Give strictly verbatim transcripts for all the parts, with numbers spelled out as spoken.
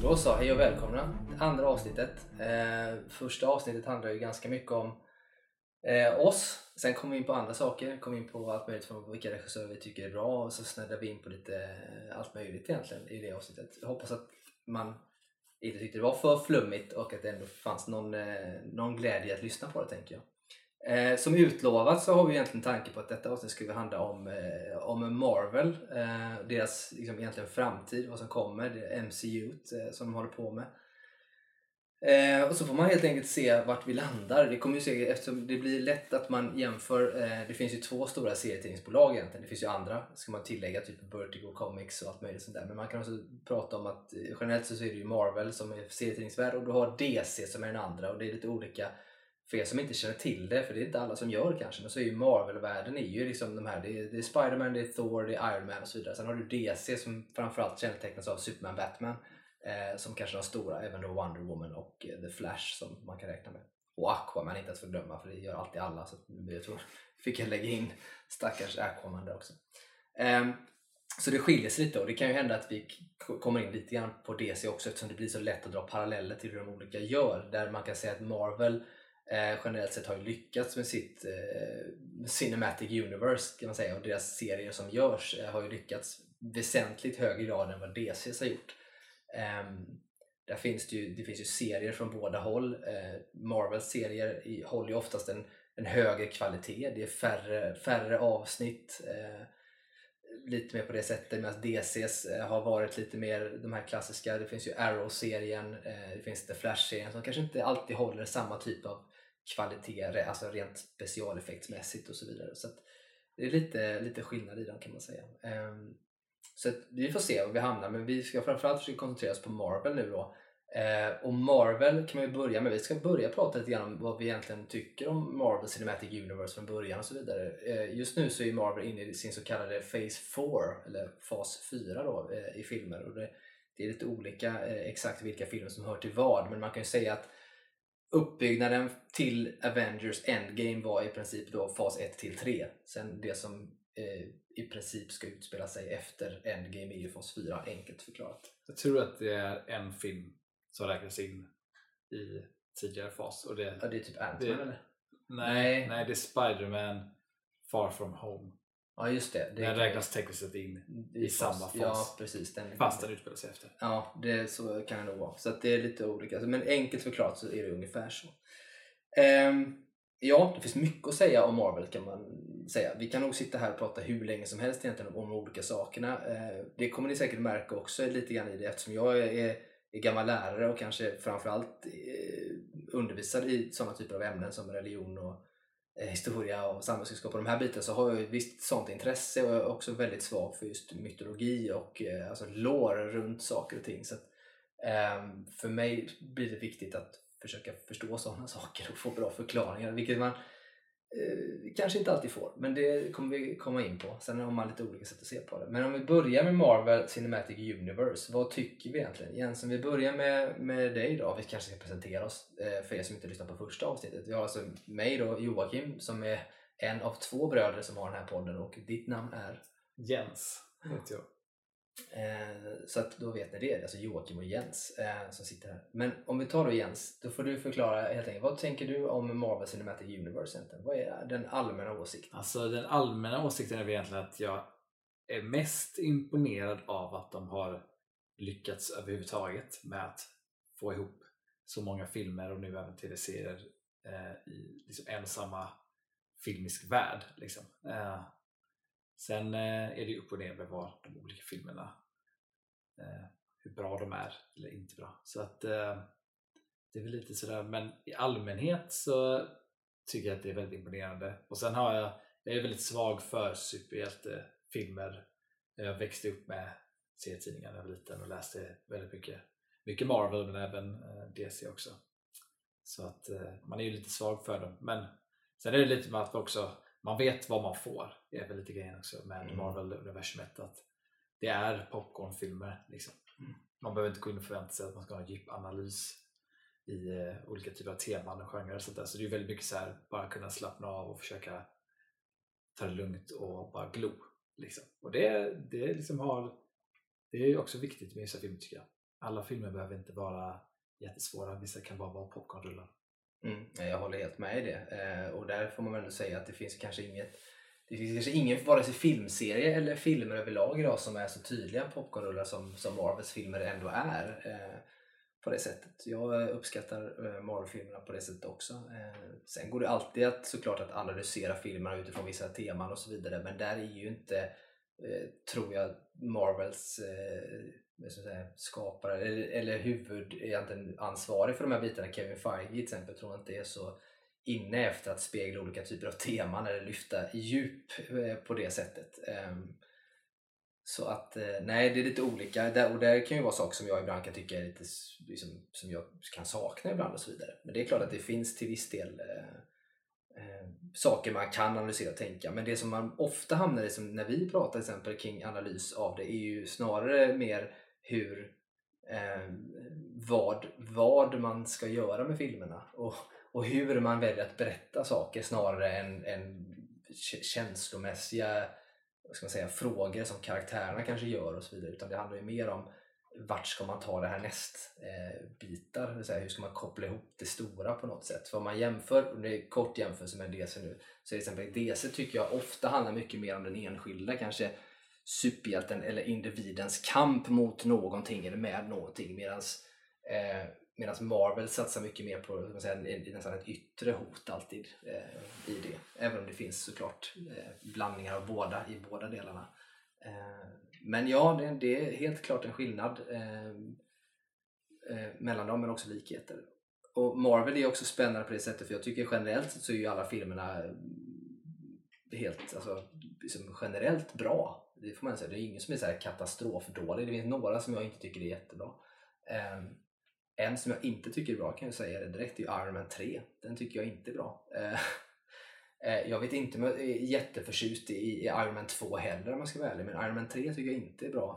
Då så, hej och välkomna till andra avsnittet. Eh, första avsnittet handlar ju ganska mycket om eh, oss. Sen kommer vi in på andra saker, kommer in på allt möjligt från vilka regissörer vi tycker är bra, och så snäddar vi in på lite allt möjligt egentligen i det avsnittet. Jag hoppas att man inte tyckte det var för flummigt och att det ändå fanns någon, eh, någon glädje att lyssna på det, tänker jag. Eh, som utlovat så har vi egentligen tanke på att detta avsnitt skulle handla om, eh, om Marvel, eh, deras liksom, egentligen framtid, vad som kommer, det M C U eh, som de håller på med. Eh, och så får man helt enkelt se vart vi landar. Det kommer ju se, eftersom det blir lätt att man jämför, eh, det finns ju två stora serietidningsbolag egentligen, det finns ju andra, ska man tillägga, typ Vertigo Comics och allt möjligt sånt där. Men man kan också prata om att eh, generellt så är det ju Marvel som är serietidningsvärld, och du har D C som är den andra, och det är lite olika. För er som inte känner till det, för det är inte alla som gör kanske, men så är ju Marvel-världen är ju liksom de här, det är, det är Spider-Man, det är Thor, det är Iron Man och så vidare. Sen har du D C som framförallt kännetecknas av Superman, Batman, eh, som kanske är de stora, även då Wonder Woman och eh, The Flash som man kan räkna med. Och Aquaman inte att förglömma, för det gör alltid alla, så jag tror fick jag lägga in stackars Aquaman där också. Eh, så det skiljer sig lite, och det kan ju hända att vi kommer in lite grann på D C också, eftersom det blir så lätt att dra paralleller till hur de olika gör, där man kan säga att Marvel Eh, generellt sett har ju lyckats med sitt eh, Cinematic Universe, kan man säga, och deras serier som görs eh, har ju lyckats väsentligt högre grad än vad D C har gjort. Eh, där finns det, ju, det finns ju serier från båda håll. eh, Marvels serier i, håller ju oftast en, en högre kvalitet, det är färre, färre avsnitt, eh, lite mer på det sättet, medan D C's eh, har varit lite mer de här klassiska. Det finns ju Arrow-serien, eh, det finns The Flash-serien som kanske inte alltid håller samma typ av kvalitet, alltså rent specialeffektsmässigt och så vidare. Så att det är lite, lite skillnad i dem, kan man säga. Um, så att vi får se var vi hamnar, men vi ska framförallt försöka koncentrera oss på Marvel nu då. Uh, och Marvel kan man ju börja med. Vi ska börja prata lite grann om vad vi egentligen tycker om Marvel Cinematic Universe från början och så vidare. Uh, just nu så är Marvel inne i sin så kallade Phase four, eller fas fyra då, uh, i filmer. Och det, det är lite olika uh, exakt vilka filmer som hör till vad, men man kan ju säga att uppbyggnaden till Avengers Endgame var i princip då fas ett till tre. Sen det som eh, i princip ska utspela sig efter Endgame är ju fas fyra, enkelt förklarat. Jag tror att det är en film som räknas in i tidigare fas. Och det, ja, det är typ Ant-Man det, eller? Nej, nej, det är Spider-Man Far From Home. Ja, just det. det den räknas tekniskt sett in i, i fas, samma fas. Ja, precis. Den, fast den utspelar sig efter. Ja, det, så kan det nog vara. Så att det är lite olika. Men enkelt förklarat så är det ungefär så. Um, ja, det finns mycket att säga om Marvel, kan man säga. Vi kan nog sitta här och prata hur länge som helst egentligen om de olika sakerna. Uh, det kommer ni säkert märka också lite grann i det, eftersom jag är, är gammal lärare och kanske framförallt uh, undervisar i sådana typer av ämnen som religion och historia och samhällskunskap och de här bitarna, så har jag ett visst sånt intresse, och jag är också väldigt svag för just mytologi och eh, alltså lore runt saker och ting. Så att, eh, för mig blir det viktigt att försöka förstå sådana saker och få bra förklaringar, vilket man eh, kanske inte alltid får, men det kommer vi komma in på. Sen har man lite olika sätt att se på det. Men om vi börjar med Marvel Cinematic Universe, vad tycker vi egentligen? Jens, om vi börjar med, med dig då, vi kanske ska presentera oss eh, för er som inte lyssnar på första avsnittet. Vi har alltså mig då, Joakim, som är en av två bröder som har den här podden, och ditt namn är? Jens, vet jag. Eh, så att då vet ni det, alltså Joakim och Jens eh, som sitter här. Men om vi tar då Jens, då får du förklara helt enkelt, vad tänker du om Marvel Cinematic Universe egentligen? Vad är den allmänna åsikten? Alltså den allmänna åsikten är egentligen att jag är mest imponerad av att de har lyckats överhuvudtaget med att få ihop så många filmer och nu även tv-serier eh, i liksom en samma filmisk värld liksom. eh, Sen eh, är det upp och ner med vad de olika filmerna, eh, hur bra de är eller inte bra. Så att eh, det är väl lite sådär, men i allmänhet så tycker jag att det är väldigt imponerande. Och sen har jag, jag är väldigt svag för superhjältefilmer. Jag växte upp med serietidningar när jag var liten och läste väldigt mycket, mycket Marvel, men även eh, D C också. Så att eh, man är ju lite svag för dem. Men sen är det lite med att också man vet vad man får. Det är väl lite grejen också med mm. Marvel-universumet, att det är popcornfilmer liksom. Mm. Man behöver inte gå in och förvänta sig att man ska ha en djup analys i eh, olika typer av teman och genrer och sånt där. Så det är väldigt mycket så här, bara kunna slappna av och försöka ta det lugnt och bara glo liksom. Och det, det liksom har, det är också viktigt med vissa filmer tycker jag. alla filmer behöver inte vara jättesvåra, vissa kan bara vara popcornrullar. Mm, jag håller helt med i det. Eh, och där får man väl säga att det finns kanske inget det finns kanske ingen vare sig filmserie eller filmer överlag idag som är så tydliga popcornrullar som, som Marvels filmer ändå är eh, på det sättet. Jag uppskattar eh, Marvel-filmerna på det sättet också. Eh, sen går det alltid att såklart att analysera filmerna utifrån vissa teman och så vidare, men där är ju inte eh, tror jag Marvels eh, säga, skapare eller, eller huvud egentligen ansvarig för de här bitarna, Kevin Feige till exempel, tror jag inte är så inne efter att spegla olika typer av teman eller lyfta djup på det sättet. Så att nej, det är lite olika och det kan ju vara saker som jag ibland kan tycka är lite liksom, som jag kan sakna ibland och så vidare. Men det är klart att det finns till viss del eh, saker man kan analysera och tänka, men det som man ofta hamnar i som när vi pratar till exempel kring analys av det är ju snarare mer hur eh, vad, vad man ska göra med filmerna och Och hur man väljer att berätta saker snarare än, än känslomässiga vad ska man säga, frågor som karaktärerna kanske gör och så vidare. Utan det handlar ju mer om vart ska man ta det här näst eh, bitar. Det vill säga, hur ska man koppla ihop det stora på något sätt. För om man jämför, och det är kort jämförelse med D C nu, så till exempel D C tycker jag ofta handlar mycket mer om den enskilda, kanske superhjälten eller individens kamp mot någonting eller med någonting. Medans eh, Medan Marvel satsar mycket mer på man säga, nästan ett yttre hot alltid eh, i det. Även om det finns såklart eh, blandningar av båda i båda delarna. Eh, men ja, det, det är helt klart en skillnad eh, eh, mellan dem, men också likheter. Och Marvel är också spännande på det sättet, för jag tycker generellt så är ju alla filmerna helt, alltså, liksom generellt bra. Det får man säga. Det är ingen som är så här katastrofdålig. Det finns några som jag inte tycker är jättebra. Eh, En som jag inte tycker är bra, kan jag säga det direkt, är Iron Man tre. Den tycker jag inte är bra. Jag vet inte om jag är jätteförtjust i Iron Man två heller om man ska vara ärlig, men Iron Man tre tycker jag inte är bra.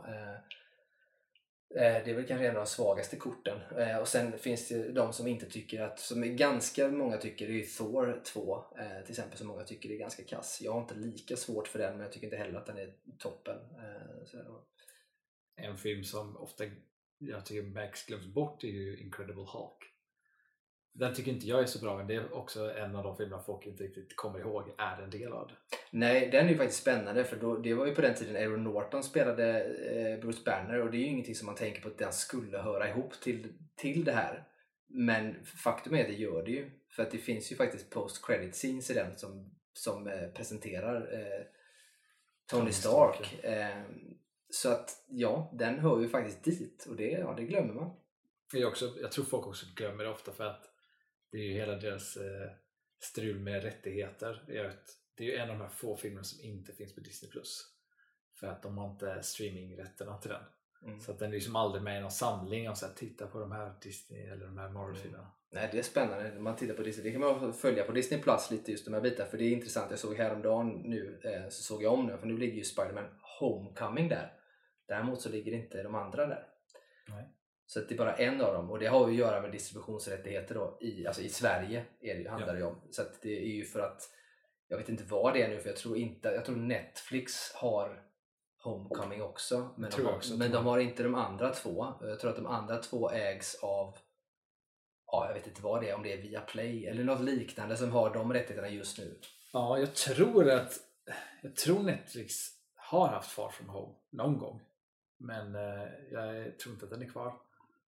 Det är väl kanske en av de svagaste korten. Och sen finns det de som inte tycker att, som är ganska många tycker, det är Thor två till exempel, som många tycker är ganska kass. Jag har inte lika svårt för den, men jag tycker inte heller att den är toppen. Så. En film som ofta jag tycker Max glöms bort är ju Incredible Hulk. Den tycker inte jag är så bra, men det är också en av de filmerna folk inte riktigt kommer ihåg är en del av det. Nej, den är ju faktiskt spännande, för då, det var ju på den tiden Aaron Norton spelade eh, Bruce Banner, och det är ju ingenting som man tänker på att den skulle höra ihop till, till det här. Men faktum är att det gör det ju, för att det finns ju faktiskt post-credit scenes i den som, som eh, presenterar eh, Tony Stark. Eh, så att ja, den hör ju faktiskt dit, och det, ja, det glömmer man. Jag, också, jag tror folk också glömmer det ofta, för att det är ju hela deras eh, strul med rättigheter. Det är ju en av de här få filmerna som inte finns på Disney plus, för att de har inte streamingrätterna till den. Mm. Så att den är liksom aldrig med i någon samling och så här, titta på de här Disney eller de här Marvel-filmerna. Mm. Nej, det är spännande när man tittar på Disney. Det kan man följa på Disney plus lite, just de här bitarna, för det är intressant. Jag såg häromdagen nu, eh, så såg jag om nu, för nu ligger ju Spider-Man Homecoming där. Däremot så ligger inte de andra där. Nej. Så att det är bara en av dem, och det har ju att göra med distributionsrättigheter då, i, alltså i Sverige är det, handlar det ja. om. Så att det är ju för att, jag vet inte vad det är nu, för jag tror inte, jag tror Netflix har Homecoming också, men, de har, också, men de har inte de andra två. Jag tror att de andra två ägs av, ja, jag vet inte vad det är, om det är Viaplay eller något liknande som har de rättigheterna just nu. Ja, jag tror att jag tror Netflix har haft Far From Home någon gång, men eh, jag tror inte att den är kvar.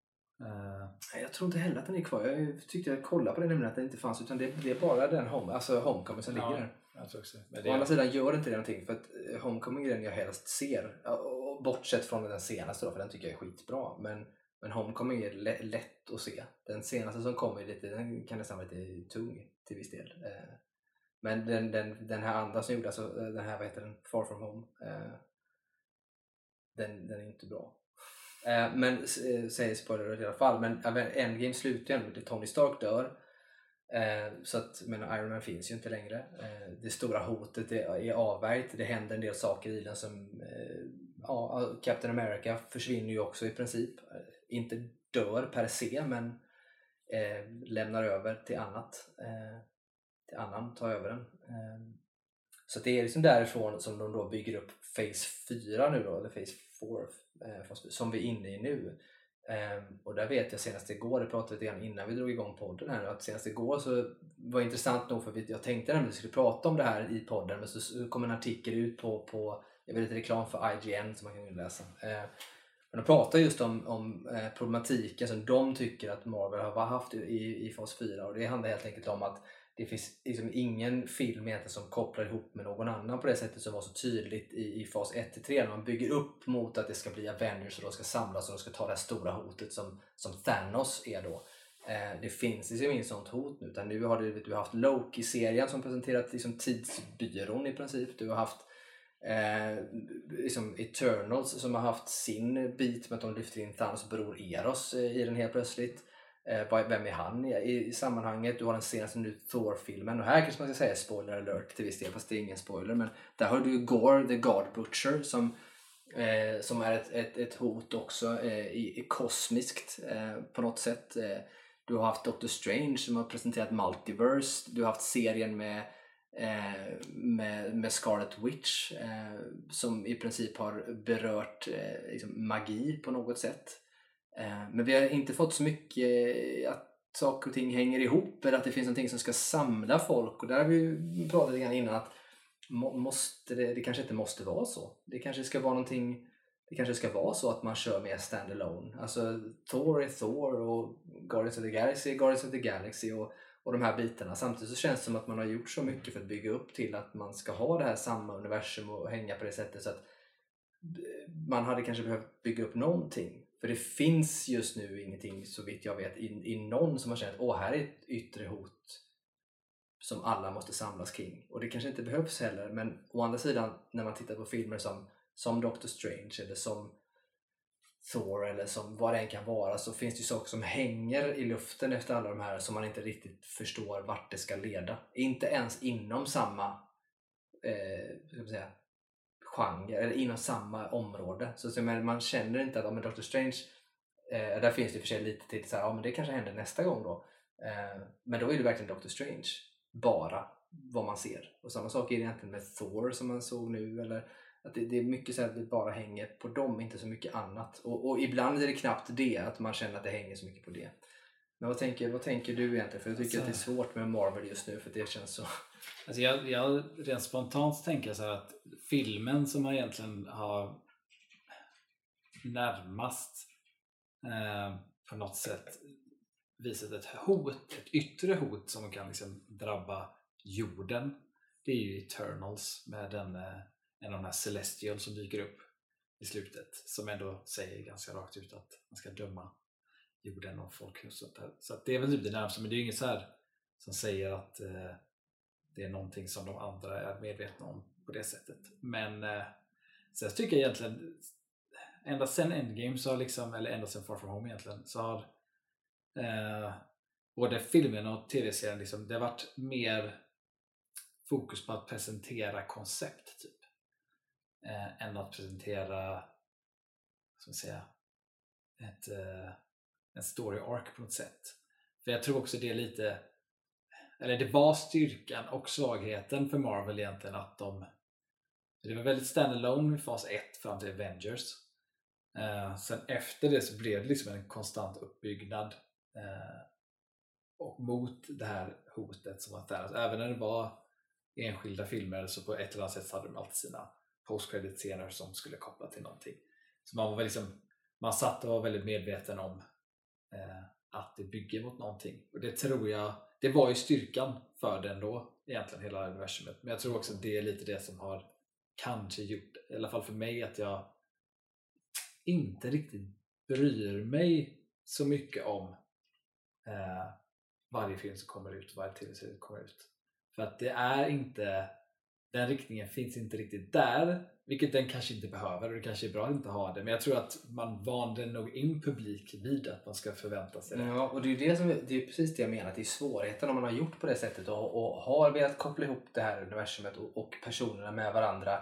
Uh, jag tror inte heller att den är kvar. Jag tyckte jag kollade på det, nämligen att den inte fanns, utan det, det är bara den home, alltså Homecoming som ja, ligger där. Jag tror också. Men det Å andra sidan gör det inte det någonting, för att Homecoming är den jag helst ser, och bortsett från den senaste då, för den tycker jag är skitbra, men, men Homecoming är l- lätt att se. Den senaste som kommer lite, den kan nästan vara lite tung till viss del. Uh, men den, den, den här andra som gjorde, alltså den här, vad heter den, Far From Home, uh, den, den är inte bra. Eh, men eh, säger spoiler i alla fall, men äh, Endgame slutar ju ändå, Tony Stark dör, eh, så att, men Iron Man finns ju inte längre. Eh, det stora hotet är, är avvärjt, det händer en del saker i den som eh, ja, Captain America försvinner ju också i princip, eh, inte dör per se, men eh, lämnar över till annat, eh, till annan tar över den. Eh, så det är liksom därifrån som de då bygger upp Phase fyra nu då, eller Phase fyra, som vi är inne i nu. Um, och där vet jag senast igår, det pratade vi lite grann innan vi drog igång podden här, att senast igår så var det intressant nog, för jag tänkte när vi skulle prata om det här i podden, men så kom en artikel ut på, på jag vet inte, reklam för I G N som man kan läsa. Uh, men de pratar just om, om uh, problematiken som de tycker att Marvel har haft i, i fas fyra, och det handlar helt enkelt om att det finns liksom ingen film egentligen som kopplar ihop med någon annan på det sättet som var så tydligt i, i fas ett till tre, när man bygger upp mot att det ska bli Avengers och de ska samlas och de ska ta det här stora hotet som, som Thanos är då. Eh, det finns liksom inget sånt hot nu, utan nu har du, du har haft Loki-serien som presenterat liksom tidsbyrån i princip. Du har haft eh, liksom Eternals som har haft sin bit med att de lyfter in Thanos bror Eros eh, i den helt plötsligt. Vem är han i, i sammanhanget? Du har den senaste nu Thor-filmen, och här kanske man ska säga spoiler alert till viss del, fast det är ingen spoiler, men där har du Gore the God Butcher som, eh, som är ett, ett, ett hot också eh, i, i kosmiskt eh, på något sätt. Eh, du har haft Doctor Strange som har presenterat Multiverse, du har haft serien med eh, med, med Scarlet Witch eh, som i princip har berört eh, liksom magi på något sätt. Men vi har inte fått så mycket att saker och ting hänger ihop, eller att det finns någonting som ska samla folk. Och där har vi ju pratat lite grann innan att måste det, det kanske inte måste vara så. Det kanske ska vara någonting, det kanske ska vara så att man kör med standalone. Alltså Thor är Thor och Guardians of the Galaxy är Guardians of the Galaxy och, och de här bitarna. Samtidigt så känns det som att man har gjort så mycket för att bygga upp till att man ska ha det här samma universum och hänga på det sättet, så att man hade kanske behövt bygga upp någonting. För det finns just nu ingenting, så vitt jag vet, i, i någon som har känt att åh, här är ett yttre hot som alla måste samlas kring. Och det kanske inte behövs heller, men å andra sidan, när man tittar på filmer som, som Doctor Strange eller som Thor eller som vad det än kan vara, så finns det ju saker som hänger i luften efter alla de här som man inte riktigt förstår vart det ska leda. Inte ens inom samma eh, ska man säga, genre eller inom samma område. Så, så men man känner inte att ja, men Doctor Strange eh, där finns det för sig lite till så här, ja men det kanske händer nästa gång då. Eh, men då är det verkligen Doctor Strange bara vad man ser. Och samma sak är det egentligen med Thor som man såg nu, eller att det, det är mycket så att det bara hänger på dem, inte så mycket annat. Och, och ibland är det knappt det, att man känner att det hänger så mycket på det. Men vad tänker, vad tänker du egentligen? För jag tycker alltså, att det är svårt med Marvel just nu, för det känns så. Alltså jag, jag rent spontant tänker så här att filmen som man egentligen har närmast eh, på något sätt visat ett hot, ett yttre hot som kan liksom drabba jorden, det är ju Eternals med den, eh, en av de här Celestial som dyker upp i slutet, som ändå säger ganska rakt ut att man ska döma jorden och folk och sånt där. Så att det är väl typ det närmaste, men det är ju inget så här som säger att eh, det är någonting som de andra är medvetna om på det sättet. Men eh, så jag tycker egentligen ända sen Endgame så har liksom, eller ända sen Far From Home egentligen, så har eh, både filmen och tv-serien liksom, det har varit mer fokus på att presentera koncept typ eh, än att presentera, ska man säga, ett, eh, en story arc på något sätt. För jag tror också det är lite, eller det var styrkan och svagheten för Marvel egentligen, att de, det var väldigt standalone i fas ett fram till Avengers. Eh, sen efter det så blev det liksom en konstant uppbyggnad eh, och mot det här hotet som var där. Alltså, även när det var enskilda filmer så på ett eller annat sätt hade de alltid sina post-credit-scener som skulle koppla till någonting. Så man var väl liksom, man satt och var väldigt medveten om eh, att det bygger mot någonting. Och det tror jag, det var ju styrkan för den då, egentligen hela universumet. Men jag tror också att det är lite det som har kanske gjort, i alla fall för mig, att jag inte riktigt bryr mig så mycket om eh, varje film som kommer ut, varje tv-serie som kommer ut. För att det är inte, den riktningen finns inte riktigt där, vilket den kanske inte behöver, och det kanske är bra att inte ha det, men jag tror att man vande nog in publik vid att man ska förvänta sig det. Ja, och det är, det som, det är precis det jag menar, att det är svårigheten om man har gjort på det sättet och, och har velat koppla ihop det här universumet och, och personerna med varandra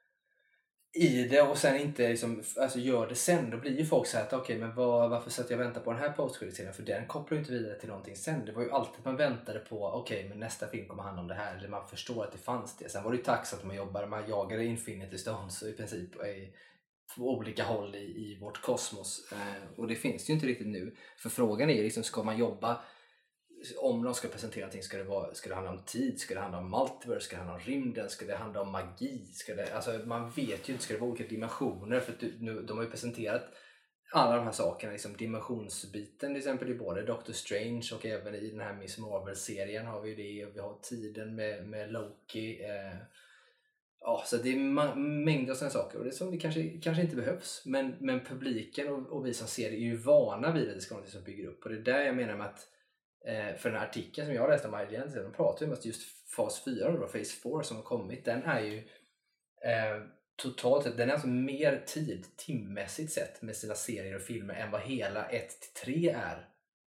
i det, och sen inte liksom, alltså gör det sen, då blir ju folk så här att okej, okay, men vad, varför satt jag och väntade på den här post-credit-serien, för den kopplar ju inte vidare till någonting sen. Det var ju alltid att man väntade på okej, okay, men nästa film kommer handla om det här, eller man förstår att det fanns det. Sen var det ju tacksamt att man jobbade, man jagade Infinity Stones i princip i på olika håll i, i vårt kosmos. Eh, och det finns ju inte riktigt nu. För frågan är ju liksom, ska man jobba, om de ska presentera någonting, ska det, vara, ska det handla om tid, ska det handla om multiverse, ska det handla om rymden, ska det handla om magi, ska det, alltså man vet ju inte, ska det vara olika dimensioner, för att du, nu, de har ju presenterat alla de här sakerna, liksom dimensionsbiten till exempel i både Doctor Strange och även i den här Miss Marvel-serien har vi det, och vi har tiden med, med Loki. Eh, ja, så det är ma- mängder av sådana saker, och det är som det kanske, kanske inte behövs, men, men publiken och, och vi som ser det är ju vana vid att det ska vara något som bygger upp, och det är där jag menar med att eh, för den här artikeln som jag läste om Argent, de pratar ju om att just fas fyra, då, phase four som har kommit, den är ju eh, totalt sett, den är alltså mer tid timmässigt sett med sina serier och filmer än vad hela ett till tre är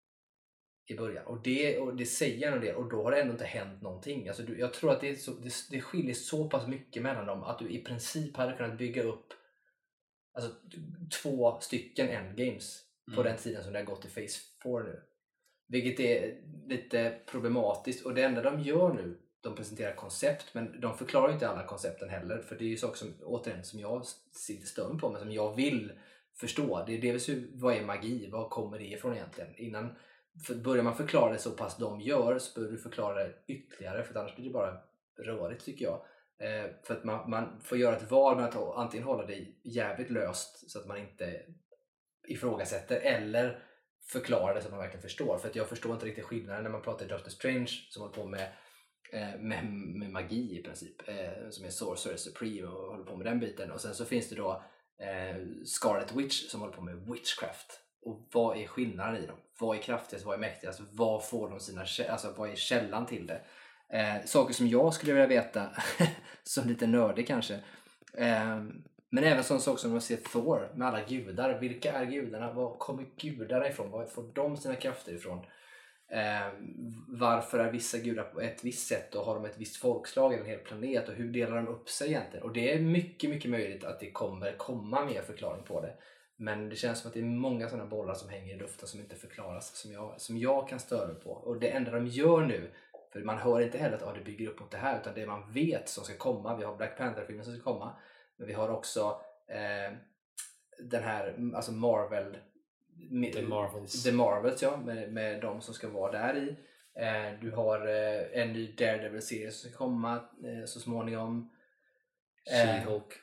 i början, och det, och det säger en del, och då har det ändå inte hänt någonting. Alltså du, jag tror att det, är så, det, det skiljer så pass mycket mellan dem att du i princip hade kunnat bygga upp alltså, två stycken endgames mm. på den tiden som det har gått i phase four nu, vilket är lite problematiskt. Och det enda de gör nu, de presenterar koncept, men de förklarar ju inte alla koncepten heller, för det är ju saker som, återigen, som jag sitter störn på, men som jag vill förstå. Det är dels vad är magi, vad kommer det ifrån egentligen? Innan, för börjar man förklara det så pass de gör, så bör du förklara det ytterligare, för annars blir det bara rörigt tycker jag. Eh, för att man, man får göra ett val med att antingen hålla det jävligt löst så att man inte ifrågasätter, eller förklara det så att man verkligen förstår. För att jag förstår inte riktigt skillnaden när man pratar i Doctor Strange som håller på med Med, med magi i princip, eh, som är Sorcerer Supreme och håller på med den biten, och sen så finns det då eh, Scarlet Witch som håller på med witchcraft. Och vad är skillnaden i dem? Vad är kraftigast? Vad är mäktigast? Vad får de sina, alltså vad är källan till det? Eh, saker som jag skulle vilja veta som lite nördig kanske, eh, men även sådana saker som man ser Thor med alla gudar. Vilka är gudarna? Var kommer gudarna ifrån? Var får de sina krafter ifrån? Eh, varför är vissa gudar på ett visst sätt och har de ett visst folkslag eller en hel planet, och hur delar de upp sig egentligen? Och det är mycket mycket möjligt att det kommer komma mer förklaring på det, men det känns som att det är många sådana bollar som hänger i luften som inte förklaras, som jag, som jag kan störa på. Och det enda de gör nu, för man hör inte heller att ah, det bygger upp mot det här, utan det man vet som ska komma, vi har Black Panther-filmen som ska komma, men vi har också eh, den här, alltså Marvel The Marvels, The Marvels ja, med, med de som ska vara där i. Eh, du har eh, en ny Daredevil-serie som ska komma eh, så småningom. She-Hulk.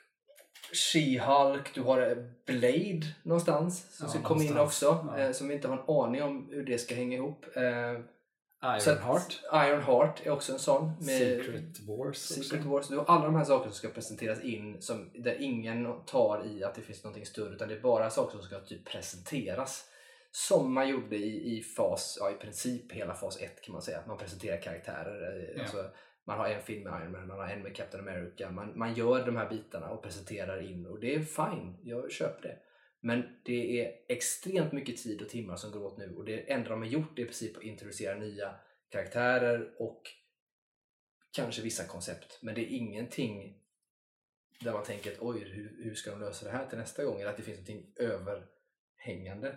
She-Hulk, du har Blade någonstans som ja, ska komma in också, ja. eh, som vi inte har en aning om hur det ska hänga ihop. Eh, Ironheart. Ironheart är också en sån. Med Secret Wars. Secret Wars. Du har alla de här sakerna som ska presenteras in, som, där ingen tar i att det finns någonting större, utan det är bara saker som ska typ presenteras. Som man gjorde i, i fas, ja, i princip hela fas ett kan man säga. Man presenterar karaktärer. Ja. Alltså, man har en film med Iron Man, man har en med Captain America. Man, man gör de här bitarna och presenterar in, och det är fine, jag köper det. Men det är extremt mycket tid och timmar som går åt nu, och det enda de har gjort är i princip att introducera nya karaktärer och kanske vissa koncept. Men det är ingenting där man tänker att oj, hur, hur ska de lösa det här till nästa gång, eller att det finns någonting överhängande.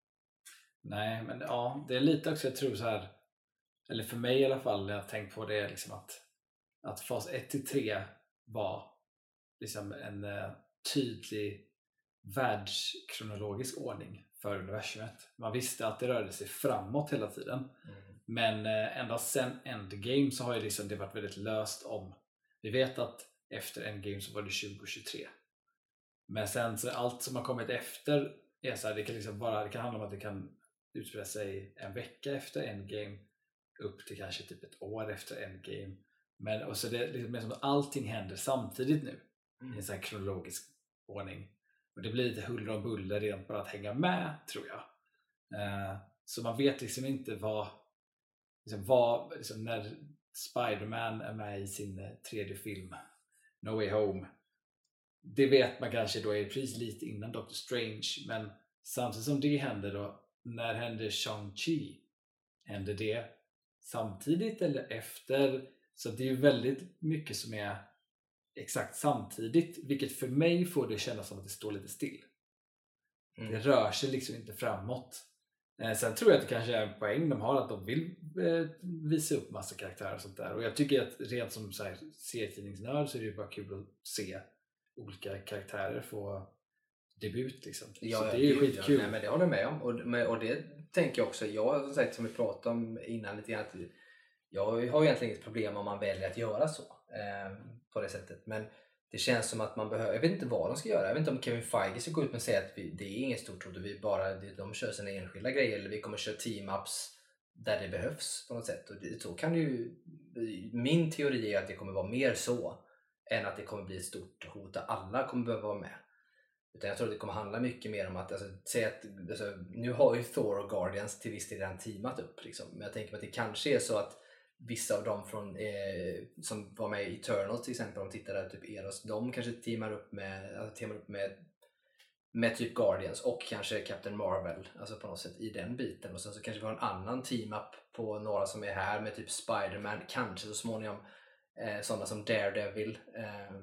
Nej, men ja, det är lite också, jag tror så här, eller för mig i alla fall, när jag tänkt på det, liksom att, att fas ett till tre var liksom en uh, tydlig världskronologisk ordning för universumet. Man visste att det rörde sig framåt hela tiden. Mm. Men eh, ända sen Endgame så har ju liksom det varit väldigt löst om. Vi vet att efter Endgame så var det tjugo tjugotre. Men sen så allt som har kommit efter är så här, det kan liksom bara, det kan handla om att det kan utspela sig en vecka efter Endgame upp till kanske typ ett år efter Endgame. Men och så det är liksom som att allting händer samtidigt nu mm. i en sån här kronologisk ordning. Och det blir lite huller och buller rent bara att hänga med, tror jag. Eh, så man vet liksom inte vad, liksom vad liksom när Spider-Man är med i sin tredje film, No Way Home. Det vet man kanske då är precis lite innan Doctor Strange. Men samtidigt som det händer då, när händer Shang-Chi? Händer det samtidigt eller efter? Så det är ju väldigt mycket som är exakt samtidigt, vilket för mig får det kännas som att det står lite still. Mm. Det rör sig liksom inte framåt. Eh, sen tror jag att det kanske är en poäng de har, att de vill eh, visa upp massa karaktärer och sånt där. Och jag tycker att rent som så här serietidningsnörd så är det ju bara kul att se olika karaktärer få debut liksom. Ja, så ja, det är ju det, skitkul. Nej, men det håller jag med om. Och, med, och det tänker jag också. Jag som sagt, som vi pratade om innan lite grann, att jag har egentligen inget problem om man väljer att göra så eh, på det sättet. Men det känns som att man behöver, jag vet inte vad de ska göra. Jag vet inte om Kevin Feige ska gå ut och säga att vi, det är inget stort hot, vi bara, de kör sina enskilda grejer, eller vi kommer köra team-ups där det behövs på något sätt. Och det, så kan det ju, min teori är att det kommer vara mer så än att det kommer bli ett stort hot där alla kommer behöva vara med. Utan jag tror att det kommer handla mycket mer om att, alltså, säg att alltså, nu har ju Thor och Guardians till viss del redan teamat upp liksom. Men jag tänker att det kanske är så att vissa av dem från, eh, som var med i Eternals till exempel, de tittade där, typ Eros, de kanske teamar upp med, alltså, teamar upp med med typ Guardians och kanske Captain Marvel, alltså på något sätt i den biten. Och sen så kanske vi har en annan team-up på några som är här med typ Spider-Man, kanske så småningom eh, sådana som Daredevil. Eh,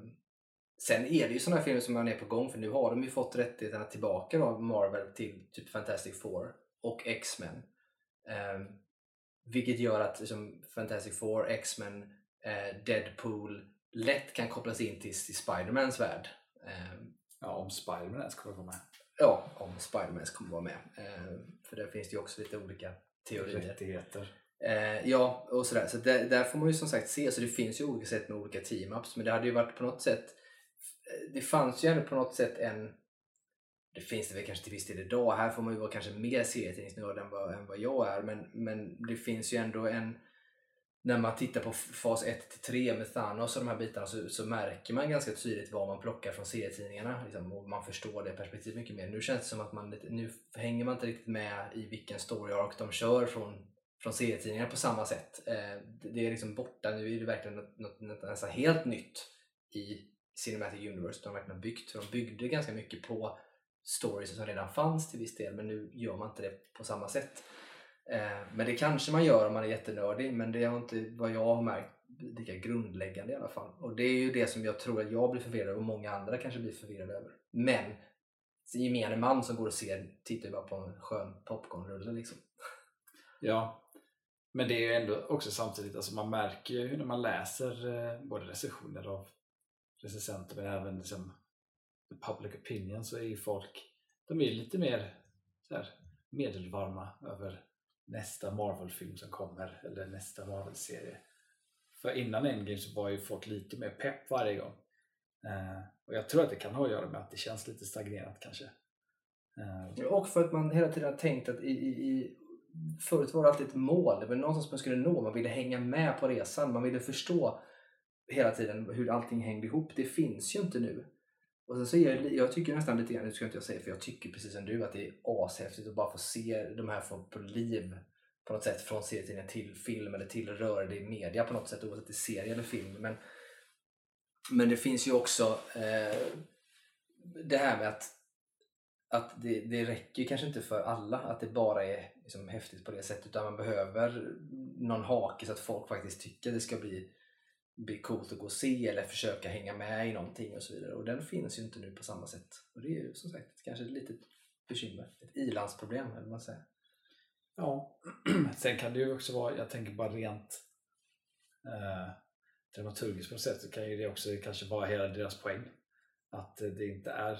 sen är det ju sådana filmer som är på gång, för nu har de ju fått rättigheterna tillbaka av Marvel till typ Fantastic Four och X-Men. Eh, vilket gör att liksom, Fantastic Four, X-Men, eh, Deadpool lätt kan kopplas in till, till Spider-Mans värld. Eh, Ja, om Spider-Man ens kommer vara med. Ja, om Spider-Man kommer vara med. Eh, för där finns det ju också lite olika teorier. Rättigheter. Eh, ja, och sådär. Så där, där får man ju som sagt se. Så det finns ju olika sätt med olika team-ups. Men det hade ju varit på något sätt... Det fanns ju ändå på något sätt en... Det finns det väl kanske till viss del idag. Här får man ju vara kanske mer serietidningsnörd än vad, än vad jag är. Men, men det finns ju ändå en... När man tittar på fas ett till tre med Thanos och de här bitarna, så, så märker man ganska tydligt vad man plockar från serietidningarna liksom, och man förstår det perspektivet mycket mer. Nu känns det som att man nu hänger man inte riktigt med i vilken story arc de kör från, från serietidningarna på samma sätt. Eh, det är liksom borta, nu är det verkligen något, något, något nästan helt nytt i Cinematic Universe. De har verkligen byggt, för de byggde ganska mycket på stories som redan fanns till viss del, men nu gör man inte det på samma sätt. Men det kanske man gör om man är jättenördig, men det är inte vad jag har märkt lika grundläggande i alla fall. Och det är ju det som jag tror att jag blir förvirrad över och många andra kanske blir förvirrade över. Men gemene man som går och ser tittar ju bara på en skön popcornrulle liksom. Ja, men det är ju ändå också samtidigt, alltså man märker ju när man läser eh, både recensioner av recensenter men även liksom the public opinion, så är ju folk, de är lite mer så här medelvarma över nästa Marvel-film som kommer eller nästa Marvel-serie. För innan Endgame så var ju folk lite mer pepp varje gång. Uh, och jag tror att det kan ha att göra med att det känns lite stagnerat kanske. Uh, och för att man hela tiden har tänkt att i, i, i, förut var det alltid ett mål. Det var någonstans man skulle nå. Man ville hänga med på resan. Man ville förstå hela tiden hur allting hängde ihop. Det finns ju inte nu. Och sen så är jag, jag tycker nästan lite grann, nu ska jag inte säga, för jag tycker precis som du att det är ashäftigt att bara få se de här få på liv på något sätt, från serietidningar till film eller till rörlig media på något sätt, oavsett det är serie eller film. Men, men det finns ju också eh, det här med att, att det, det räcker kanske inte för alla att det bara är liksom häftigt på det sättet, utan man behöver någon hake så att folk faktiskt tycker det ska bli bli coolt att gå och se eller försöka hänga med i någonting och så vidare. Och den finns ju inte nu på samma sätt. Och det är ju som sagt kanske ett litet bekymmer. Ett ilandsproblem, eller man säger. Ja, sen kan det ju också vara, jag tänker bara rent eh, dramaturgiskt på något sätt, så kan ju det också kanske vara hela deras poäng. Att det inte är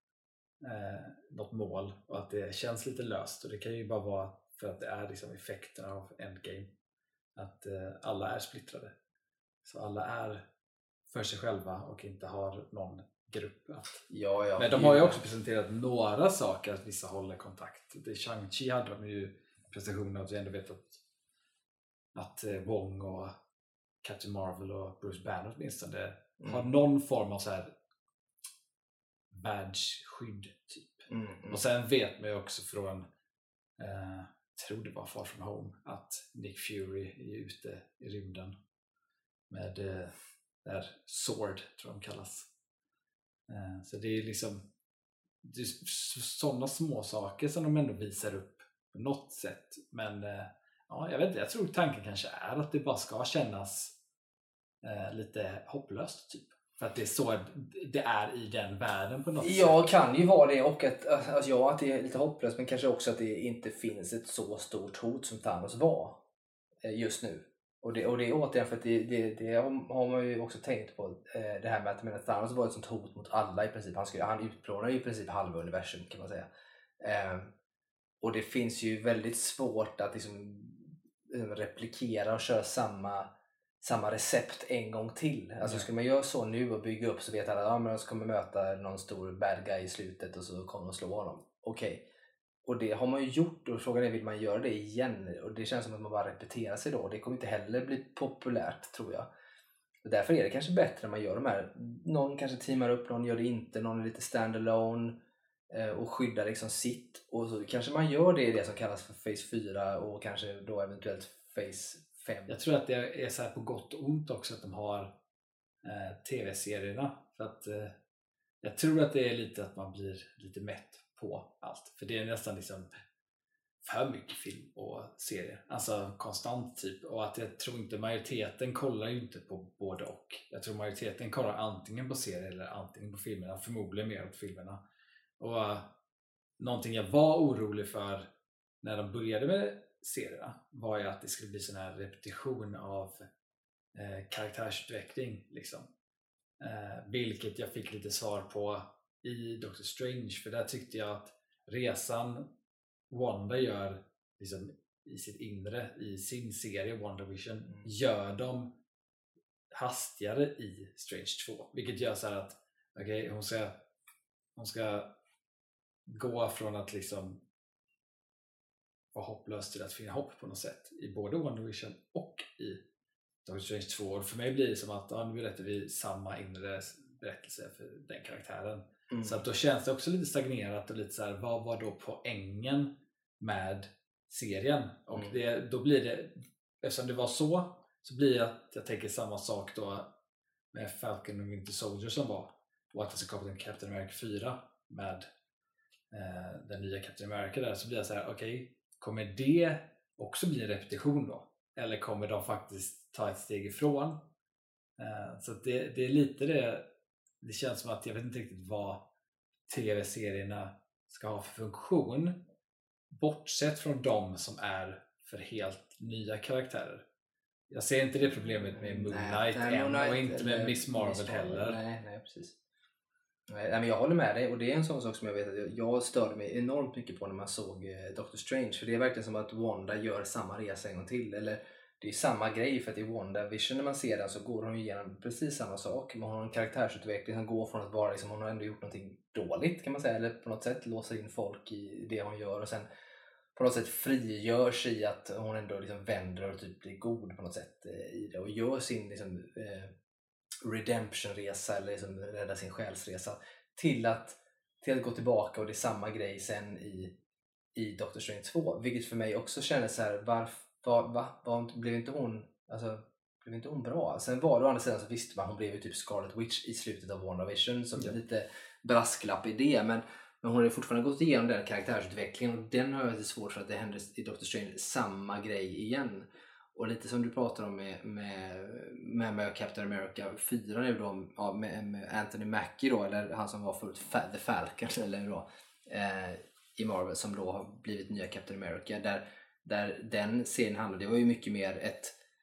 eh, något mål och att det känns lite löst. Och det kan ju bara vara för att det är liksom effekterna av Endgame. Att eh, alla är splittrade. Så alla är för sig själva och inte har någon grupp att... Ja, ja. Men de har ju också presenterat några saker, att vissa håller kontakt. Det Shang-Chi hade de ju presentationer att vi ändå vet att, att Wong och Captain Marvel och Bruce Banner åtminstone mm. har någon form av så här badge-skydd typ. Mm, mm. Och sen vet man ju också från eh, tror det var Far From Home att Nick Fury är ute i rymden med eh, där Sword tror jag de kallas. Eh, så det är liksom det är sådana små saker som de ändå visar upp på något sätt. Men eh, ja, jag vet inte, jag tror tanken kanske är att det bara ska kännas eh, lite hopplöst typ. För att det är så det är i den världen på något ja, sätt. Ja, kan ju vara det. Och att, alltså, ja, att det är lite hopplöst, men kanske också att det inte finns ett så stort hot som Thanos var just nu. Och det, och det är återigen för att det, det, det har man ju också tänkt på, eh, det här med att men, Thanos var ett sånt hot mot alla i princip. Han, skulle, han utplånar ju i princip halva universum kan man säga. Eh, och det finns ju väldigt svårt att liksom, replikera och köra samma, samma recept en gång till. Alltså mm. Ska man göra så nu och bygga upp så vet alla att ah, de kommer möta någon stor bad guy i slutet och så kommer de slå honom. Okej. Okay. Och det har man ju gjort och frågan är vill man göra det igen och det känns som att man bara repeterar sig då och det kommer inte heller bli populärt tror jag. Och därför är det kanske bättre när man gör de här, någon kanske teamar upp, någon gör det inte, någon är lite standalone eh, och skyddar liksom sitt och så kanske man gör det i det som kallas för Phase fyra och kanske då eventuellt Phase fem. Jag tror att det är så här på gott och ont också att de har eh, tv-serierna för att eh, jag tror att det är lite att man blir lite mätt på allt. För det är nästan liksom för mycket film och serier. Alltså konstant typ. Och att jag tror inte majoriteten kollar ju inte på både och. Jag tror majoriteten kollar antingen på serier eller antingen på filmerna. Förmodligen mer åt filmerna. Och uh, någonting jag var orolig för när de började med serierna var ju att det skulle bli sån här repetition av eh, karaktärsutveckling liksom. Eh, vilket jag fick lite svar på i Doctor Strange, för där tyckte jag att resan Wanda gör liksom, i sitt inre, i sin serie WandaVision, mm. gör de hastigare i Strange två, vilket gör så här att okay, hon, ska, hon ska gå från att liksom vara hopplös till att finna hopp på något sätt i både WandaVision och i Doctor Strange två. Och för mig blir det som att ja, nu berättar vi samma inre berättelse för den karaktären. Mm. Så att då känns det också lite stagnerat och lite så här, vad var då poängen med serien? Och mm. det, då blir det, eftersom det var så, så blir det att jag tänker samma sak då med Falcon och Winter Soldier som var, och att det ska komma till Captain America fyra med eh, den nya Captain America där, så blir jag så här, okej, okay, kommer det också bli en repetition då? Eller kommer de faktiskt ta ett steg ifrån? Eh, så det, det är lite det. Det känns som att jag vet inte riktigt vad tv-serierna ska ha för funktion, bortsett från de som är för helt nya karaktärer. Jag ser inte det problemet med Moon Knight än och inte med Miss Marvel, Miss Marvel heller. Nej, nej, precis. Nej, men jag håller med dig, och det är en sån sak som jag vet att jag störde mig enormt mycket på när man såg Doctor Strange, för det är verkligen som att Wanda gör samma resa en gång till, eller det är samma grej, för att i WandaVision när man ser den så går hon igenom precis samma sak. Man har en karaktärsutveckling som går från att vara liksom, hon har ändå gjort någonting dåligt kan man säga, eller på något sätt låser in folk i det hon gör och sen på något sätt frigörs i att hon ändå liksom vänder och typ blir god på något sätt i det och gör sin liksom, eh, redemption-resa eller liksom rädda sin själsresa till att, till att gå tillbaka, och det är samma grej sen i, i Doctor Strange två, vilket för mig också kändes så här, varför Var, va? Var, blev inte hon alltså, blev inte hon bra? Sen var det å andra sidan så visste man hon blev ju typ Scarlet Witch i slutet av WandaVision, som ja. lite brasklapp i det, men, men hon har fortfarande gått igenom den karaktärsutvecklingen, och den har jag lite svårt för att det händer i Doctor Strange samma grej igen. Och lite som du pratar om med, med, med, med Captain America fyra nu då, ja, med, med Anthony Mackie då, eller han som var förut The Falcon eller då, eh, i Marvel, som då har blivit nya Captain America, där Där den serien handlade, det var ju mycket mer ett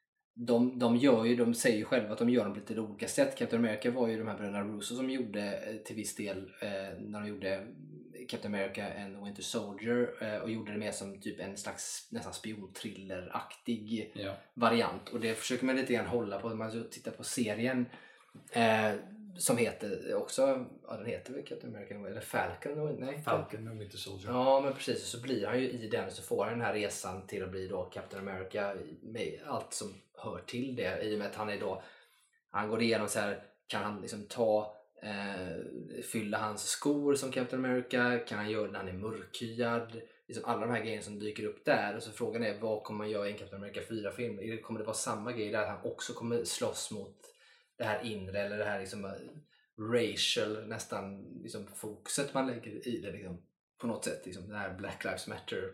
de, de gör ju, de säger ju själva att de gör dem på lite olika sätt. Captain America var ju de här bröderna Russo som gjorde till viss del eh, när de gjorde Captain America and Winter Soldier eh, och gjorde det mer som typ en slags nästan spionthriller-aktig ja. variant, och det försöker man lite grann hålla på. Man tittar på serien eh, som heter också, ja den heter väl Captain America eller Falcon, nej Falcon och Winter Soldier. Ja men precis, och så blir han ju i den, så får han den här resan till att bli då Captain America med allt som hör till det, i och med att han är då, han går igenom så här, kan han liksom ta eh, fylla hans skor som Captain America, kan han göra när han är mörkhyad, liksom alla de här grejerna som dyker upp där, och så frågan är vad kommer man göra i en Captain America fyra film? Kommer det vara samma grej där, att han också kommer slåss mot det här inre, eller det här liksom racial nästan liksom fokuset man lägger i det liksom, på något sätt liksom, det här Black Lives Matter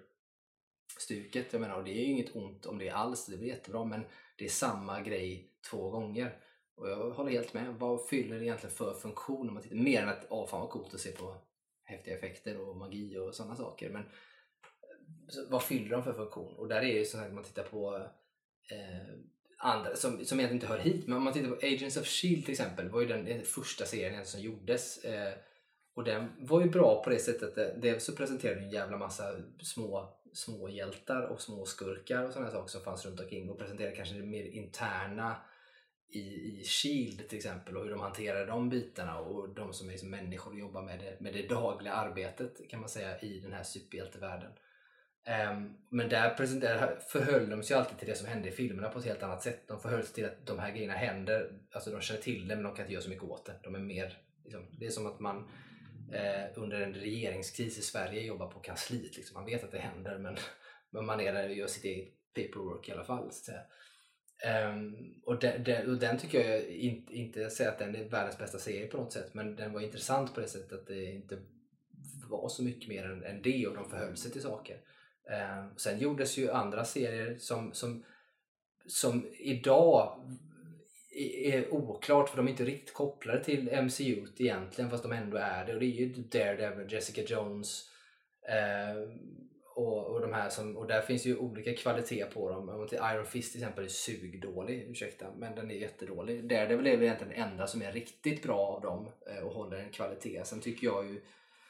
stuket, jag menar, och det är ju inget ont om det alls, det blir jättebra, men det är samma grej två gånger, och jag håller helt med. Vad fyller det egentligen för funktion om man tittar, mer än att åh fan vad coolt att se på häftiga effekter och magi och sådana saker, men vad fyller de för funktion? Och där är ju så här, man tittar på eh, andra som, som egentligen inte hör hit. Men om man tittar på Agents of Shield till exempel, var ju den, den första serien som gjordes. Eh, och den var ju bra på det sättet att det, det så presenterade en jävla massa små, små hjältar och små skurkar och sådana saker som fanns runt omkring. Och presenterade kanske det mer interna i, i Shield till exempel och hur de hanterar de bitarna och de som är liksom människor och jobbar med det, med det dagliga arbetet kan man säga i den här superhjältevärlden. Um, men där förhöll de sig alltid till det som hände i filmerna på ett helt annat sätt. De förhöll sig till att de här grejerna händer, alltså de känner till det men de kan inte göra så mycket åt det. De är mer, liksom, det är som att man eh, under en regeringskris i Sverige jobbar på kansliet. Liksom. Man vet att det händer men, men man är där och gör sitt eget paperwork i alla fall. Så att säga. Um, och, de, de, och den tycker jag inte, inte säger att den är världens bästa serie på något sätt, men den var intressant på det sättet att det inte var så mycket mer än, än det och de förhöll sig till saker. Um, sen gjordes ju andra serier som, som, som idag är oklart för de är inte riktigt kopplade till M C U egentligen fast de ändå är det, och det är ju Daredevil, Jessica Jones um, Och, och, de här som, och där finns ju olika kvalitet på dem. Om till Iron Fist till exempel är sugdålig, ursäkta, men den är jättedålig. Där det är väl egentligen den enda som är riktigt bra av dem eh, och håller en kvalitet. Sen tycker jag ju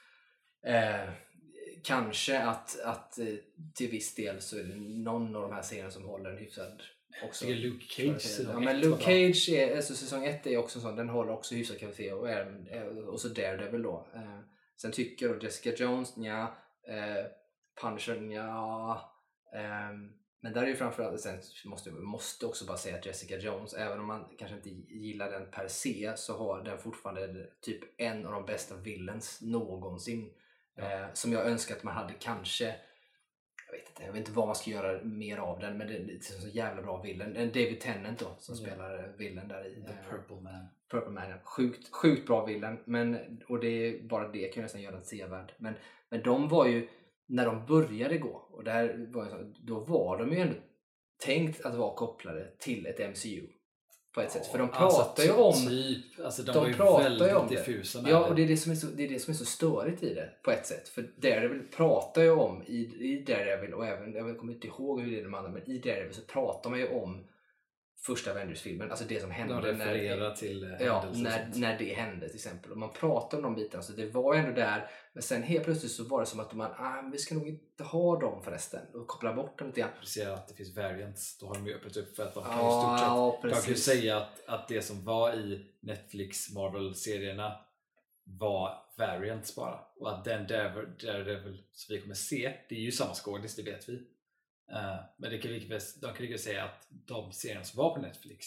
eh, kanske att, att eh, till viss del så är det någon av de här serierna som håller en hyfsad också. Det är Luke Cage. Ja, men Luke Cage är, alltså säsong ett är också sån, den håller också hyfsad kvalitet och, är, och så Daredevil då. Eh, sen tycker jag Jessica Jones, ja, eh, Punisher, ja. Um, men där är ju framförallt, sen måste måste också bara säga att Jessica Jones, även om man kanske inte gillar den per se, så har den fortfarande typ en av de bästa villains någonsin. Ja. Uh, som jag önskar att man hade kanske, jag vet inte, jag vet inte vad man ska göra mer av den, men det är en så jävla bra villain. En David Tennant då, som mm. spelar villain där i. The Purple Man. Purple Man, ja. Sjukt, sjukt bra villain, men, och det är bara det kan jag nästan göra en sevärd. Men, men de var ju, när de började gå, och där var så, då var de ju ändå tänkt att vara kopplade till ett M C U på ett ja, sätt, för de pratar alltså, ju om typ, alltså de, de var ju pratar väldigt ju om diffusa det. Ja, och det är det, som är så, det är det som är så störigt i det på ett sätt, för Daredevil pratar ju om i, i Daredevil, och även, jag kommer inte ihåg hur det är de andra, men i Daredevil så pratar man ju om första Avengers-filmen, alltså det som hände de refererar när, till ja, när, när det hände till exempel, och man pratar om de bitarna, så det var ju ändå där, men sen helt plötsligt så var det som att man, ah, vi ska nog inte ha dem förresten, och koppla bort dem lite grann. Du ser att det finns variants, då har de ju öppet upp för att de kan ja, ju stort sett, ja, de kan ju säga att, att det som var i Netflix Marvel-serierna var variants bara, och att den Daredevil som vi kommer se, det är ju samma skådis, det vet vi. Uh, men det kan lika, de kan lika säga att de serierna som var på Netflix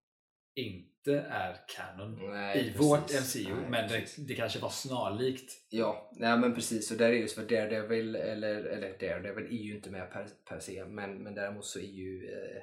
inte är canon. Nej, i precis. Vårt M C U, nej, men det, det kanske var snarlikt. Ja, nej, men precis, och där är det just för Daredevil, eller, eller Daredevil är ju inte med per, per se, men, men däremot så är ju eh,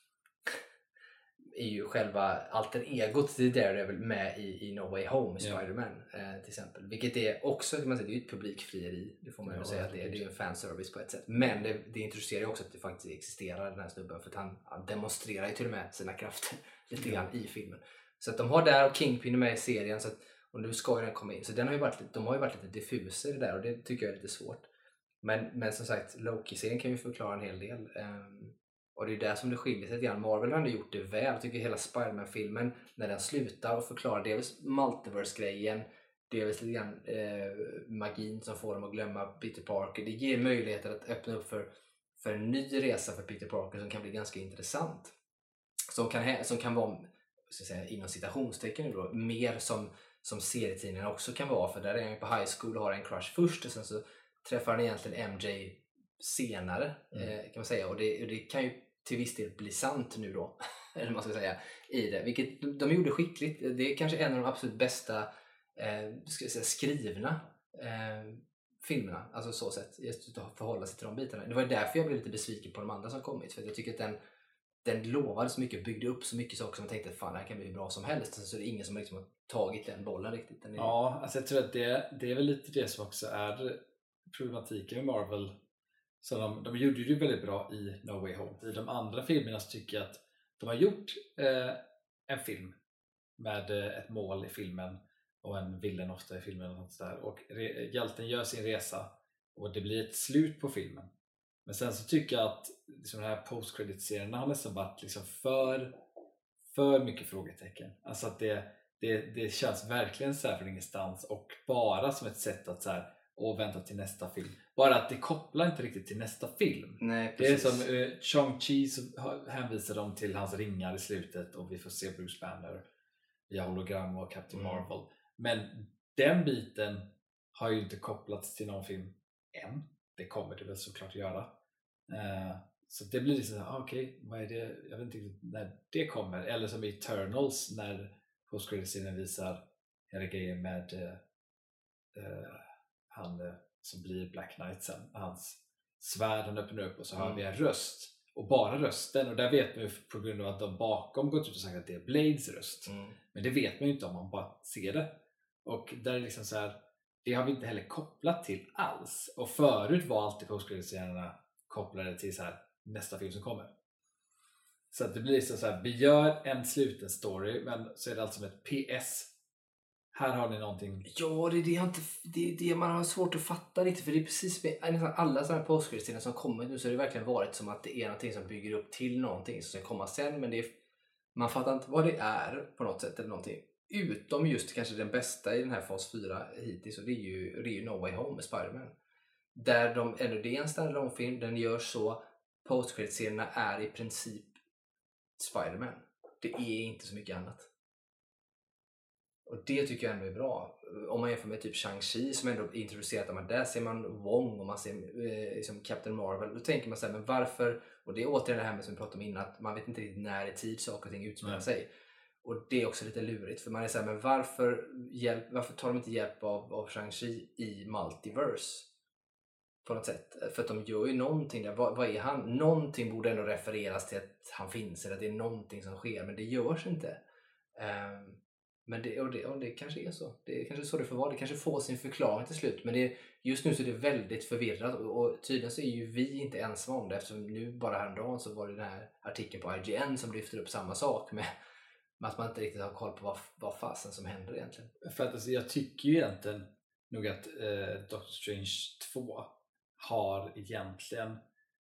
är ju själva alter egot till Daredevil med i, i No Way Home, Spider-Man ja. eh, till exempel, vilket är också, kan man säga, det är ju ett publikfrieri, det får man ju ja, säga att det är, det är ju en fanservice på ett sätt, men det, det introducerar ju också att det faktiskt existerar, den här snubben, för att han, han demonstrerar ju till och med sina krafter lite grann ja. i filmen, så att de har där, och Kingpin är med i serien, så att, och nu ska ju den komma in, så den har ju varit, de har ju varit lite diffuser det där, och det tycker jag är lite svårt, men, men som sagt, Loki-serien kan ju förklara en hel del. um, Och det är där som det skiljer sig lite. Marvel har ändå gjort det väl. Jag tycker hela Spider-Man-filmen, när den slutar och förklarar dels multiverse-grejen, dels lite grann eh, magin som får dem att glömma Peter Parker. Det ger möjligheter att öppna upp för, för en ny resa för Peter Parker som kan bli ganska intressant. Som kan, som kan vara, ska jag säga, inom citationstecken då, mer som, som serietidningarna också kan vara. För där är han på high school och har en crush först, och sen så träffar han egentligen M J senare, mm. eh, kan man säga. Och det, och det kan ju till viss del bli sant nu då, eller man ska säga, i det, vilket de, de gjorde skickligt. Det är kanske en av de absolut bästa eh, ska jag säga, skrivna eh, filmerna, alltså så sätt, just att förhålla sig till de bitarna. Det var därför jag blev lite besviken på de andra som kommit, för jag tycker att den, den lovade så mycket, byggde upp så mycket saker som jag tänkte att fan, det här kan bli hur bra som helst, så det är ingen som liksom har tagit den bollen riktigt. Den är... Ja, alltså jag tror att det, det är väl lite det som också är problematiken med Marvel. Så de, de gjorde det väldigt bra i No Way Home. I de andra filmerna så tycker jag att de har gjort eh, en film med eh, ett mål i filmen och en villain ofta i filmen och sånt där. Och re- hjälten gör sin resa och det blir ett slut på filmen. Men sen så tycker jag att liksom de här post-credit-serierna har nästan varit liksom för, för mycket frågetecken. Alltså att det, det, det känns verkligen så här från ingenstans och bara som ett sätt att så här, och vänta till nästa film. Bara att det kopplar inte riktigt till nästa film. Nej, det är som uh, Shang-Chi, så hänvisar de till hans ringar i slutet och vi får se Bruce Banner via hologram och Captain mm. Marvel. Men den biten har ju inte kopplats till någon film än. Det kommer det väl såklart göra. Uh, så det blir liksom, ah, okej, okay, vad är det? Jag vet inte när det kommer. Eller som i Eternals när post-credit-scenen visar hela grejen med uh, uh, han uh, som blir Black Knight sen. Hans svärd han öppnar upp och så hör mm. vi en röst. Och bara rösten, och där vet man ju på grund av att de bakom gått ut och sagt att det är Blades röst. Mm. Men det vet man ju inte om man bara ser det. Och där är liksom så här, det har vi inte heller kopplat till alls. Och förut var alltid post-credit-scenerna kopplade till så här, nästa film som kommer. Så att det blir så här, vi gör en sluten story, men så är det alltså ett P S. Här har ni någonting. Ja, det är det, jag inte, det, är det man har svårt att fatta riktigt. För det är precis med nästan alla sådana här post-credit-scener som kommer nu, så har det verkligen varit som att det är någonting som bygger upp till någonting som ska komma sen. Men det är, man fattar inte vad det är på något sätt eller någonting. Utom just kanske den bästa i den här fas fyra hittills, och det är ju, det är ju No Way Home med Spider-Man. Där de, ändå det är en standalone film, den gör så, post-credit-scenerna är i princip Spider-Man. Det är inte så mycket annat. Och det tycker jag ändå är bra. Om man jämför med typ Shang-Chi som ändå är introducerat, att där ser man Wong och man ser eh, liksom Captain Marvel. Då tänker man så här, men varför? Och det är återigen det här med som vi pratade om innan, att man vet inte riktigt när i tid saker och ting utspelar sig. Och det är också lite lurigt, för man är så här, men varför, hjälp, varför tar de inte hjälp av, av Shang-Chi i Multiverse? På något sätt. För att de gör ju någonting där. Vad, vad är han? Någonting borde ändå refereras till att han finns, eller att det är någonting som sker, men det görs inte. Um, Men det, och, det, och det kanske är så. Det är kanske så det får vara. Det kanske får sin förklaring till slut. Men det, just nu så är det väldigt förvirrat. Och, och tydligen så är ju vi inte ensamma om det. Eftersom nu bara häromdagen så var det den här artikeln på I G N som lyfter upp samma sak. Med, med att man inte riktigt har koll på vad, vad fasen som händer egentligen. För att alltså, jag tycker ju egentligen nog att eh, Doctor Strange två har egentligen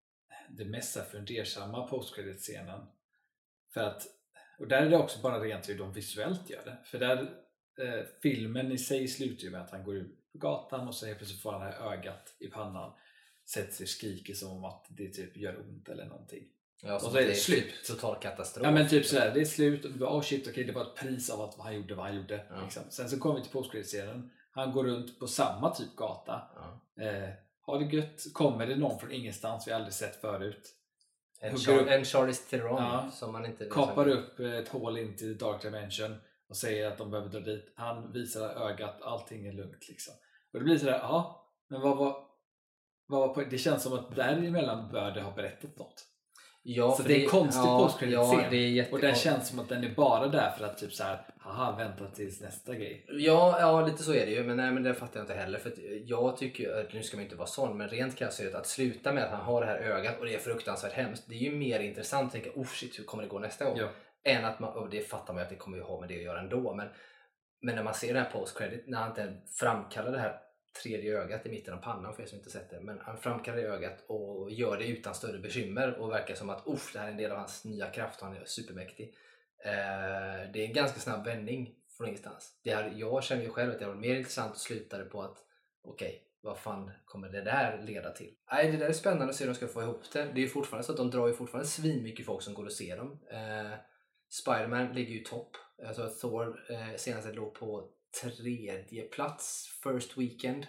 det mesta fundersamma post-credit-scenen. För att, och där är det också bara rent hur de visuellt gör det. För där, eh, filmen i sig slutar ju med att han går ut på gatan och så helt plötsligt får han det här ögat i pannan. Sätter sig, skriker som om att det typ gör ont eller någonting. Ja, och så är det, det slut. Total katastrof. Ja men typ sådär, det är slut och vi bara, oh shit, okej, okay, det var ett pris av att han gjorde vad han gjorde. Ja. Liksom. Sen så kommer vi till post-credit-scenen. Han går runt på samma typ gata. Ja. Eh, har det gött, kommer det någon från ingenstans vi aldrig sett förut. En, Char- en Charlize Theron ja, som man inte kapar upp ett hål in till Dark Dimension och säger att de behöver dra dit. Han visar ögat, allting är lugnt liksom. Och det blir sådär, ja, men vad var, vad var på, det känns som att däremellan bör det ha berättat något. Ja, så det är en konstig ja, post-credit-scen. ja, det är jätte- och den känns som att den är bara där för att typ så här, haha, vänta tills nästa grej. Ja, ja, lite så är det ju, men nej, men det fattar jag inte heller, för att jag tycker, nu ska man inte vara sån, men rent krasst är det att sluta med att han har det här ögat och det är fruktansvärt hemskt. Det är ju mer intressant att tänka, oh shit, hur kommer det gå nästa gång? Ja. Än att man, och det fattar man ju att det kommer ju ha med det att göra ändå, men, men när man ser det här post-credit, när han inte framkallar det här tredje ögat i mitten av pannan, för er som inte sett det, men han framkallar det ögat och gör det utan större bekymmer och verkar som att uff, det här är en del av hans nya kraft och han är supermäktig. Eh, det är en ganska snabb vändning från ingenstans. Det här, jag känner ju själv att det var mer intressant att sluta det på att okej, okay, vad fan kommer det där leda till? Nej, det där är spännande att se hur de ska få ihop det. Det är ju fortfarande så att de drar ju fortfarande svin mycket folk som går och ser dem. Eh, Spider-Man ligger ju topp. Jag tror att Thor eh, senast låg på tredje plats first weekend.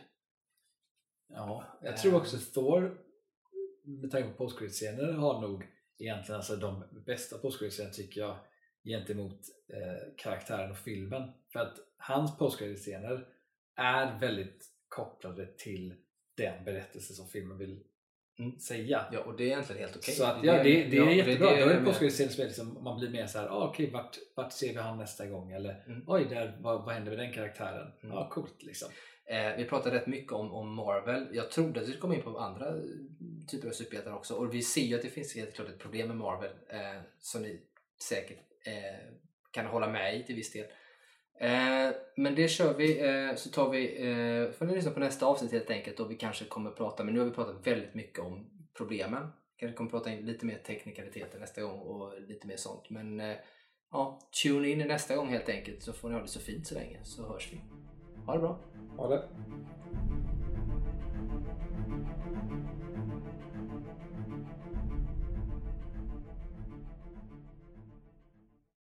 Ja, jag tror också Thor, med tanke på post-credit-scener, har nog egentligen alltså de bästa post-credit-scener tycker jag gentemot eh, karaktären och filmen. För att hans post-credit-scener är väldigt kopplade till den berättelse som filmen vill mm. säga. Ja, och det är egentligen helt okej. Så att, ja, det, det, det är ja, jättebra. Det, det, det är post-credit-scener som liksom, man blir mer så här, ah, okej, okay, vart, vart ser vi han nästa gång? Eller, mm. oj, där, vad, vad händer med den karaktären? Mm. Ja, coolt liksom. Eh, vi pratade rätt mycket om, om Marvel. Jag trodde att vi skulle komma in på andra typer av superhjältar också. Och vi ser ju att det finns helt klart ett problem med Marvel eh, som ni säkert eh, kan hålla med i till viss del. Eh, men det kör vi. Eh, så tar vi, eh, får ni lyssna på nästa avsnitt helt enkelt. Och vi kanske kommer prata, men nu har vi pratat väldigt mycket om problemen. Kanske kommer prata in lite mer teknikaliteter nästa gång och lite mer sånt. Men eh, ja, tune in nästa gång helt enkelt, så får ni ha det så fint så länge, så hörs vi. Ha det bra. Ha det.